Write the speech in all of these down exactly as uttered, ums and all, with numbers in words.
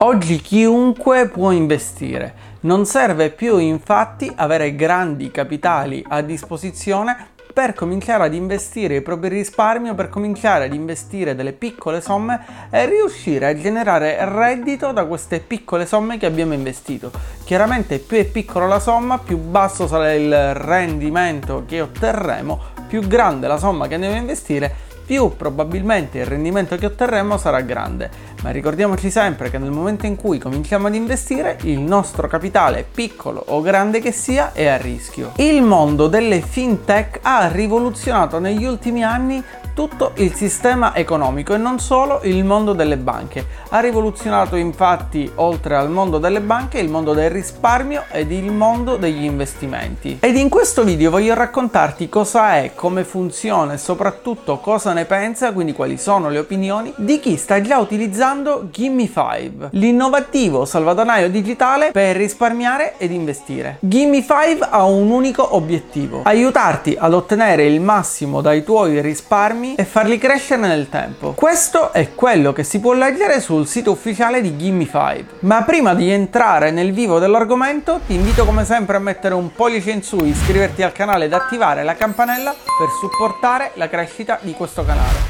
Oggi chiunque può investire, non serve più infatti avere grandi capitali a disposizione per cominciare ad investire il proprio risparmio, per cominciare ad investire delle piccole somme e riuscire a generare reddito da queste piccole somme che abbiamo investito. Chiaramente più è piccola la somma, più basso sarà il rendimento che otterremo, più grande la somma che andiamo a investire, più probabilmente il rendimento che otterremo sarà grande. Ma ricordiamoci sempre che nel momento in cui cominciamo ad investire, il nostro capitale, piccolo o grande che sia, è a rischio. Il mondo delle fintech ha rivoluzionato negli ultimi anni tutto il sistema economico e non solo il mondo delle banche. Ha rivoluzionato infatti, oltre al mondo delle banche, il mondo del risparmio ed il mondo degli investimenti. Ed in questo video voglio raccontarti cosa è, come funziona e soprattutto cosa ne pensa, quindi quali sono le opinioni di chi sta già utilizzando Gimme five, l'innovativo salvadanaio digitale per risparmiare ed investire. Gimme five ha un unico obiettivo: aiutarti ad ottenere il massimo dai tuoi risparmi e farli crescere nel tempo. Questo è quello che si può leggere sul sito ufficiale di Gimme five. Ma prima di entrare nel vivo dell'argomento, ti invito come sempre a mettere un pollice in su, iscriverti al canale ed attivare la campanella per supportare la crescita di questo canale.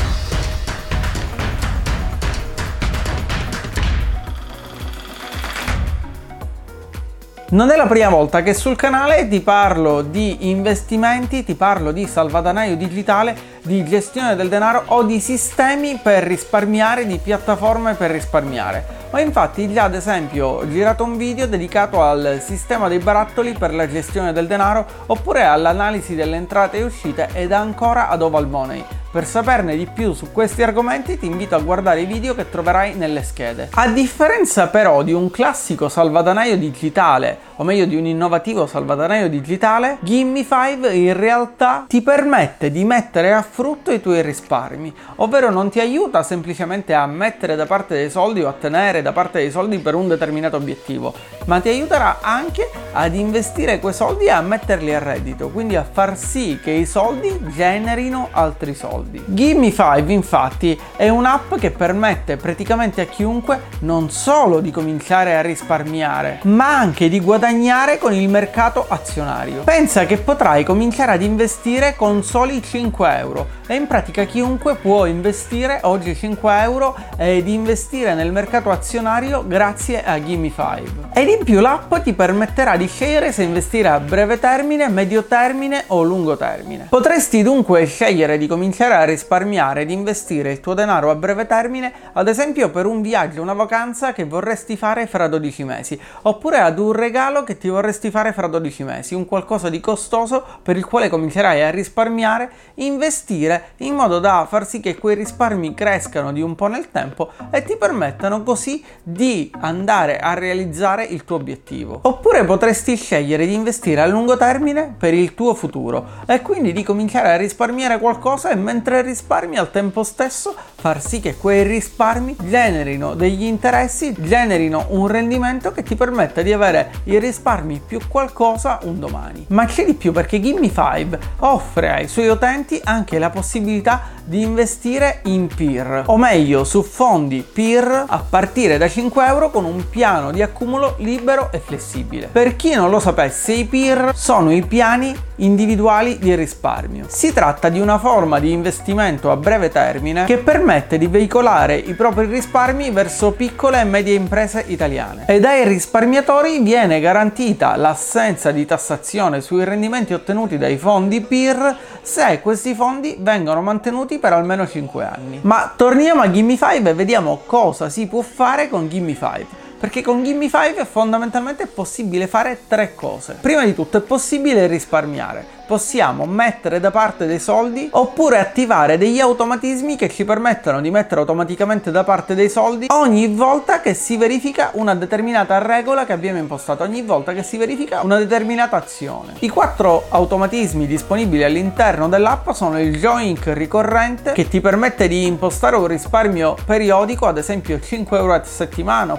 Non è la prima volta che sul canale ti parlo di investimenti, ti parlo di salvadanaio digitale, di gestione del denaro o di sistemi per risparmiare, di piattaforme per risparmiare. Ho infatti già ad esempio girato un video dedicato al sistema dei barattoli per la gestione del denaro oppure all'analisi delle entrate e uscite ed ancora ad Oval Money. Per saperne di più su questi argomenti ti invito a guardare i video che troverai nelle schede. A differenza però di un classico salvadanaio digitale, o meglio di un innovativo salvadanaio digitale, Gimme five in realtà ti permette di mettere a frutto i tuoi risparmi, ovvero non ti aiuta semplicemente a mettere da parte dei soldi o a tenere da parte dei soldi per un determinato obiettivo, ma ti aiuterà anche ad investire quei soldi e a metterli a reddito, quindi a far sì che i soldi generino altri soldi. Gimme five infatti è un'app che permette praticamente a chiunque non solo di cominciare a risparmiare, ma anche di guadagnare con il mercato azionario. Pensa che potrai cominciare ad investire con soli cinque euro e in pratica chiunque può investire oggi cinque euro ed investire nel mercato azionario grazie a Gimme five. Ed in più l'app ti permetterà di scegliere se investire a breve termine, medio termine o lungo termine. Potresti dunque scegliere di cominciare a risparmiare ed investire il tuo denaro a breve termine, ad esempio per un viaggio, una vacanza che vorresti fare fra dodici mesi, oppure ad un regalo che ti vorresti fare fra dodici mesi, un qualcosa di costoso per il quale comincerai a risparmiare, investire in modo da far sì che quei risparmi crescano di un po' nel tempo e ti permettano così di andare a realizzare il tuo obiettivo. Oppure potresti scegliere di investire a lungo termine per il tuo futuro e quindi di cominciare a risparmiare qualcosa e mentre risparmi al tempo stesso far sì che quei risparmi generino degli interessi, generino un rendimento che ti permetta di avere i risparmi più qualcosa un domani. Ma c'è di più, perché Gimme five offre ai suoi utenti anche la possibilità di investire in peer, o meglio su fondi peer a partire da cinque euro con un piano di accumulo libero e flessibile. Per chi non lo sapesse, i peer sono i piani individuali di risparmio. Si tratta di una forma di investimento a breve termine che permette di veicolare i propri risparmi verso piccole e medie imprese italiane e dai risparmiatori viene garantita l'assenza di tassazione sui rendimenti ottenuti dai fondi peer se questi fondi vengono mantenuti per almeno cinque anni. Ma torniamo a Gimme five e vediamo cosa si può fare con Gimme five. Perché con Gimme five fondamentalmente è possibile fare tre cose. Prima di tutto è possibile risparmiare. Possiamo mettere da parte dei soldi oppure attivare degli automatismi che ci permettono di mettere automaticamente da parte dei soldi ogni volta che si verifica una determinata regola che abbiamo impostato, ogni volta che si verifica una determinata azione. I quattro automatismi disponibili all'interno dell'app sono il join ricorrente, che ti permette di impostare un risparmio periodico, ad esempio cinque euro a settimana oppure venti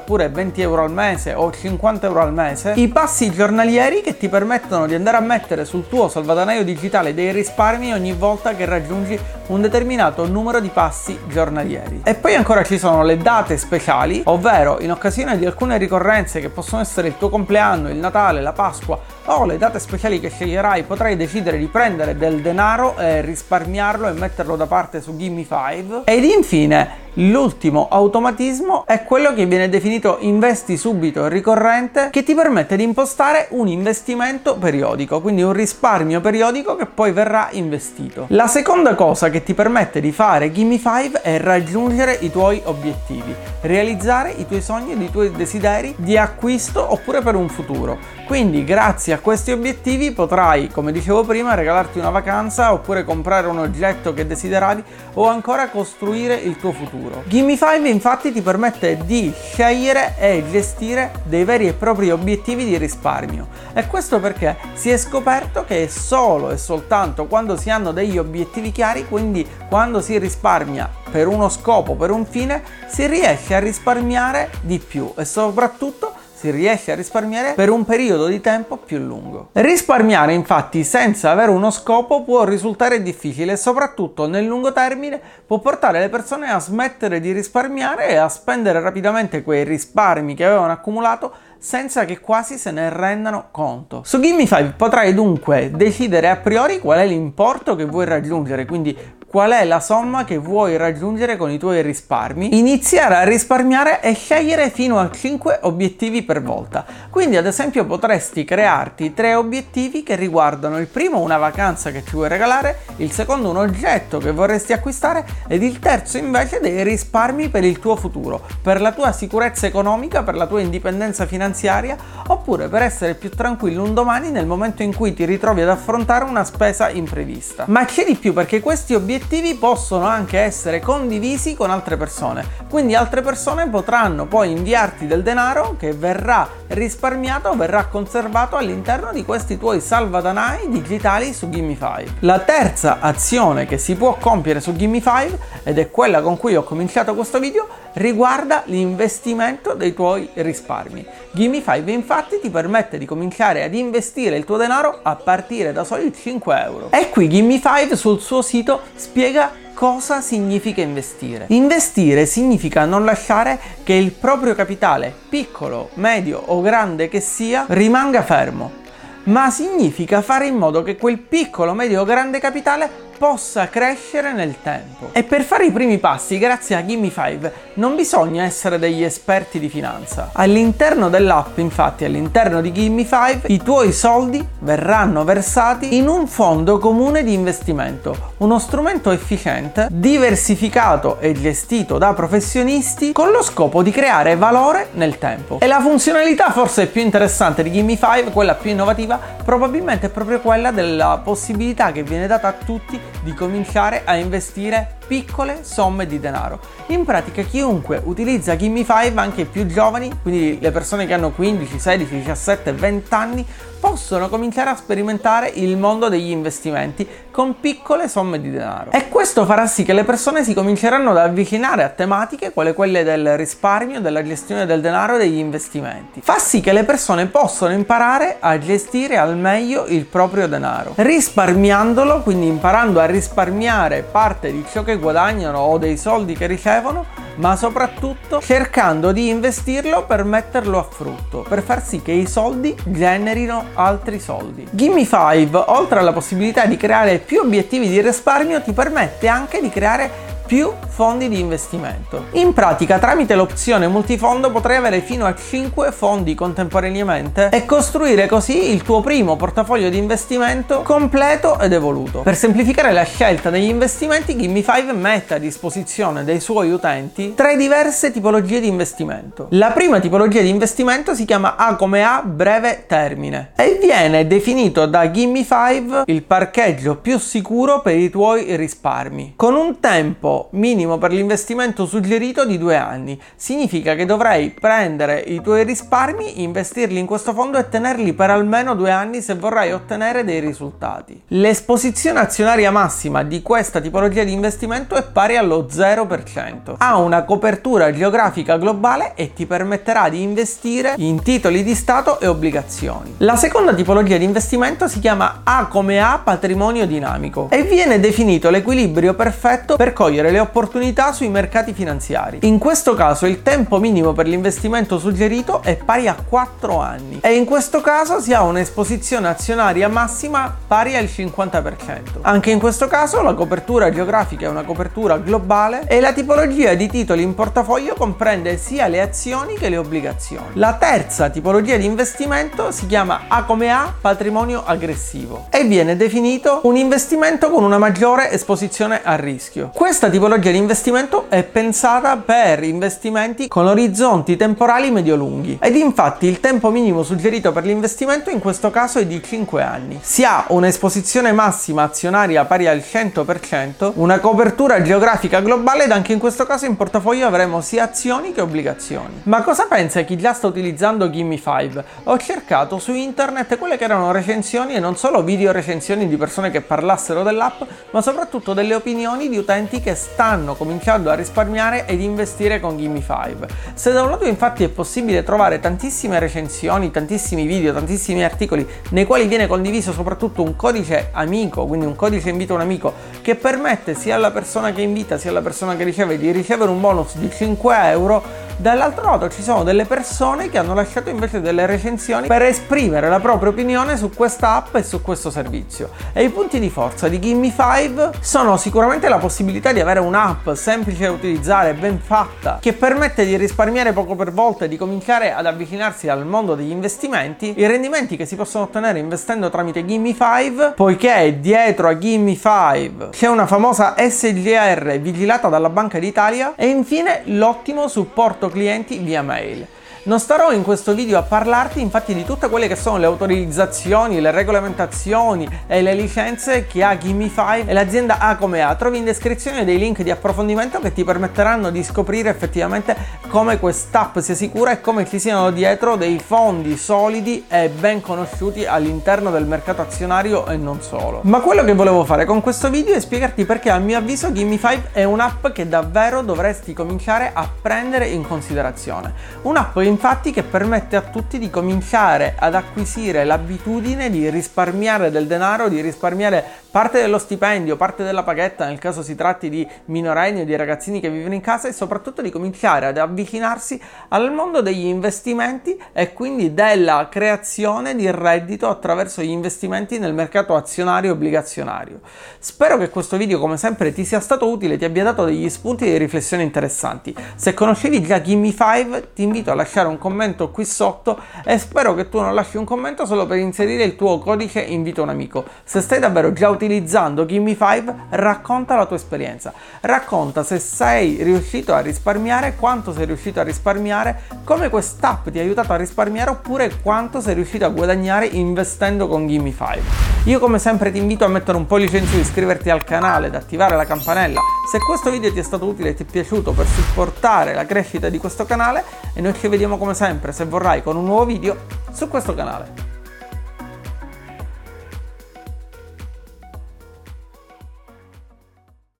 venti euro al mese o cinquanta euro al mese, i passi giornalieri che ti permettono di andare a mettere sul tuo salvadanaio digitale dei risparmi ogni volta che raggiungi un determinato numero di passi giornalieri. E poi ancora ci sono le date speciali, ovvero in occasione di alcune ricorrenze che possono essere il tuo compleanno, il Natale, la Pasqua o le date speciali che sceglierai, potrai decidere di prendere del denaro e risparmiarlo e metterlo da parte su Gimme five. Ed infine l'ultimo automatismo è quello che viene definito investi subito e ricorrente, che ti permette di impostare un investimento periodico, quindi un risparmio periodico che poi verrà investito. La seconda cosa che ti permette di fare Gimme five è raggiungere i tuoi obiettivi, realizzare i tuoi sogni e i tuoi desideri di acquisto oppure per un futuro. Quindi grazie a questi obiettivi potrai, come dicevo prima, regalarti una vacanza oppure comprare un oggetto che desideravi o ancora costruire il tuo futuro. Gimme five infatti ti permette di scegliere e gestire dei veri e propri obiettivi di risparmio, e questo perché si è scoperto che è solo e soltanto quando si hanno degli obiettivi chiari, quindi quando si risparmia per uno scopo, per un fine, si riesce a risparmiare di più e soprattutto si riesce a risparmiare per un periodo di tempo più lungo. Risparmiare infatti senza avere uno scopo può risultare difficile e soprattutto nel lungo termine può portare le persone a smettere di risparmiare e a spendere rapidamente quei risparmi che avevano accumulato senza che quasi se ne rendano conto. Su Gimme five potrai dunque decidere a priori qual è l'importo che vuoi raggiungere, quindi qual è la somma che vuoi raggiungere con i tuoi risparmi, iniziare a risparmiare e scegliere fino a cinque obiettivi per volta. Quindi ad esempio potresti crearti tre obiettivi che riguardano: il primo una vacanza che ti vuoi regalare, il secondo un oggetto che vorresti acquistare ed il terzo invece dei risparmi per il tuo futuro, per la tua sicurezza economica, per la tua indipendenza finanziaria oppure per essere più tranquillo un domani nel momento in cui ti ritrovi ad affrontare una spesa imprevista. Ma c'è di più, perché questi obiettivi obiettivi possono anche essere condivisi con altre persone, quindi altre persone potranno poi inviarti del denaro che verrà risparmiato o verrà conservato all'interno di questi tuoi salvadanai digitali su Gimme five. La terza azione che si può compiere su Gimme five, ed è quella con cui ho cominciato questo video, riguarda l'investimento dei tuoi risparmi. Gimme five infatti ti permette di cominciare ad investire il tuo denaro a partire da soli cinque euro. E qui Gimme five sul suo sito spiega cosa significa investire. Investire significa non lasciare che il proprio capitale, piccolo, medio o grande che sia, rimanga fermo, ma significa fare in modo che quel piccolo, medio o grande capitale possa crescere nel tempo. E per fare i primi passi, grazie a Gimme five, non bisogna essere degli esperti di finanza. All'interno dell'app, infatti, all'interno di Gimme five, i tuoi soldi verranno versati in un fondo comune di investimento, uno strumento efficiente, diversificato e gestito da professionisti con lo scopo di creare valore nel tempo. E la funzionalità forse più interessante di Gimme five, quella più innovativa, probabilmente è proprio quella della possibilità che viene data a tutti di cominciare a investire piccole somme di denaro. In pratica chiunque utilizza Gimme five, anche i più giovani, quindi le persone che hanno quindici, sedici, diciassette, venti anni, possono cominciare a sperimentare il mondo degli investimenti con piccole somme di denaro. E questo farà sì che le persone si cominceranno ad avvicinare a tematiche quale quelle del risparmio, della gestione del denaro e degli investimenti. Fa sì che le persone possano imparare a gestire al meglio il proprio denaro, risparmiandolo, quindi imparando a risparmiare parte di ciò che guadagnano o dei soldi che ricevono, ma soprattutto cercando di investirlo per metterlo a frutto, per far sì che i soldi generino altri soldi. Gimme five, oltre alla possibilità di creare più obiettivi di risparmio, ti permette anche di creare più fondi di investimento. In pratica, tramite l'opzione multifondo potrai avere fino a cinque fondi contemporaneamente e costruire così il tuo primo portafoglio di investimento completo ed evoluto. Per semplificare la scelta degli investimenti, Gimme five mette a disposizione dei suoi utenti tre diverse tipologie di investimento. La prima tipologia di investimento si chiama A come A breve termine e viene definito da Gimme five il parcheggio più sicuro per i tuoi risparmi, con un tempo tempo minimo per l'investimento suggerito di due anni. Significa che dovrai prendere i tuoi risparmi, investirli in questo fondo e tenerli per almeno due anni se vorrai ottenere dei risultati. L'esposizione azionaria massima di questa tipologia di investimento è pari allo zero per cento. Ha una copertura geografica globale e ti permetterà di investire in titoli di Stato e obbligazioni. La seconda tipologia di investimento si chiama A come A patrimonio dinamico e viene definito l'equilibrio perfetto per cogliere le opportunità sui mercati finanziari. In questo caso il tempo minimo per l'investimento suggerito è pari a quattro anni e in questo caso si ha un'esposizione azionaria massima pari al cinquanta per cento. Anche in questo caso la copertura geografica è una copertura globale e la tipologia di titoli in portafoglio comprende sia le azioni che le obbligazioni. La terza tipologia di investimento si chiama A come A patrimonio aggressivo e viene definito un investimento con una maggiore esposizione al rischio. Questa tipologia di investimento è pensata per investimenti con orizzonti temporali medio-lunghi ed infatti il tempo minimo suggerito per l'investimento in questo caso è di cinque anni. Si ha un'esposizione massima azionaria pari al cento per cento, una copertura geografica globale ed anche in questo caso in portafoglio avremo sia azioni che obbligazioni. Ma cosa pensa chi già sta utilizzando Gimme five? Ho cercato su internet quelle che erano recensioni e non solo video recensioni di persone che parlassero dell'app, ma soprattutto delle opinioni di utenti che stanno cominciando a risparmiare ed investire con Gimme five. Se da un lato infatti è possibile trovare tantissime recensioni, tantissimi video, tantissimi articoli nei quali viene condiviso soprattutto un codice amico, quindi un codice invita un amico che permette sia alla persona che invita sia alla persona che riceve di ricevere un bonus di cinque euro, dall'altro lato ci sono delle persone che hanno lasciato invece delle recensioni per esprimere la propria opinione su questa app e su questo servizio. E i punti di forza di Gimme five sono sicuramente la possibilità di avere un'app semplice da utilizzare, ben fatta, che permette di risparmiare poco per volta e di cominciare ad avvicinarsi al mondo degli investimenti, i rendimenti che si possono ottenere investendo tramite Gimme five, poiché dietro a Gimme five c'è una famosa S G R vigilata dalla Banca d'Italia e infine l'ottimo supporto clienti via mail. Non starò in questo video a parlarti infatti di tutte quelle che sono le autorizzazioni, le regolamentazioni e le licenze che ha Gimme five e l'azienda A come A. Trovi in descrizione dei link di approfondimento che ti permetteranno di scoprire effettivamente come quest'app sia sicura e come ci siano dietro dei fondi solidi e ben conosciuti all'interno del mercato azionario e non solo. Ma quello che volevo fare con questo video è spiegarti perché a mio avviso Gimme five è un'app che davvero dovresti cominciare a prendere in considerazione. Un'app infatti che permette a tutti di cominciare ad acquisire l'abitudine di risparmiare del denaro, di risparmiare parte dello stipendio, parte della paghetta nel caso si tratti di minorenni o di ragazzini che vivono in casa e soprattutto di cominciare ad avvicinarsi al mondo degli investimenti e quindi della creazione di reddito attraverso gli investimenti nel mercato azionario e obbligazionario. Spero che questo video come sempre ti sia stato utile e ti abbia dato degli spunti e riflessioni interessanti. Se conoscevi già Gimme five ti invito a lasciare un commento qui sotto e spero che tu non lasci un commento solo per inserire il tuo codice invito un amico. Se stai davvero già utilizzando Gimme five, racconta la tua esperienza, racconta se sei riuscito a risparmiare, quanto sei riuscito a risparmiare, come quest'app ti ha aiutato a risparmiare oppure quanto sei riuscito a guadagnare investendo con Gimme five. Io come sempre ti invito a mettere un pollice in su, iscriverti al canale ed attivare la campanella se questo video ti è stato utile e ti è piaciuto per supportare la crescita di questo canale e noi ci vediamo come sempre, se vorrai, con un nuovo video su questo canale.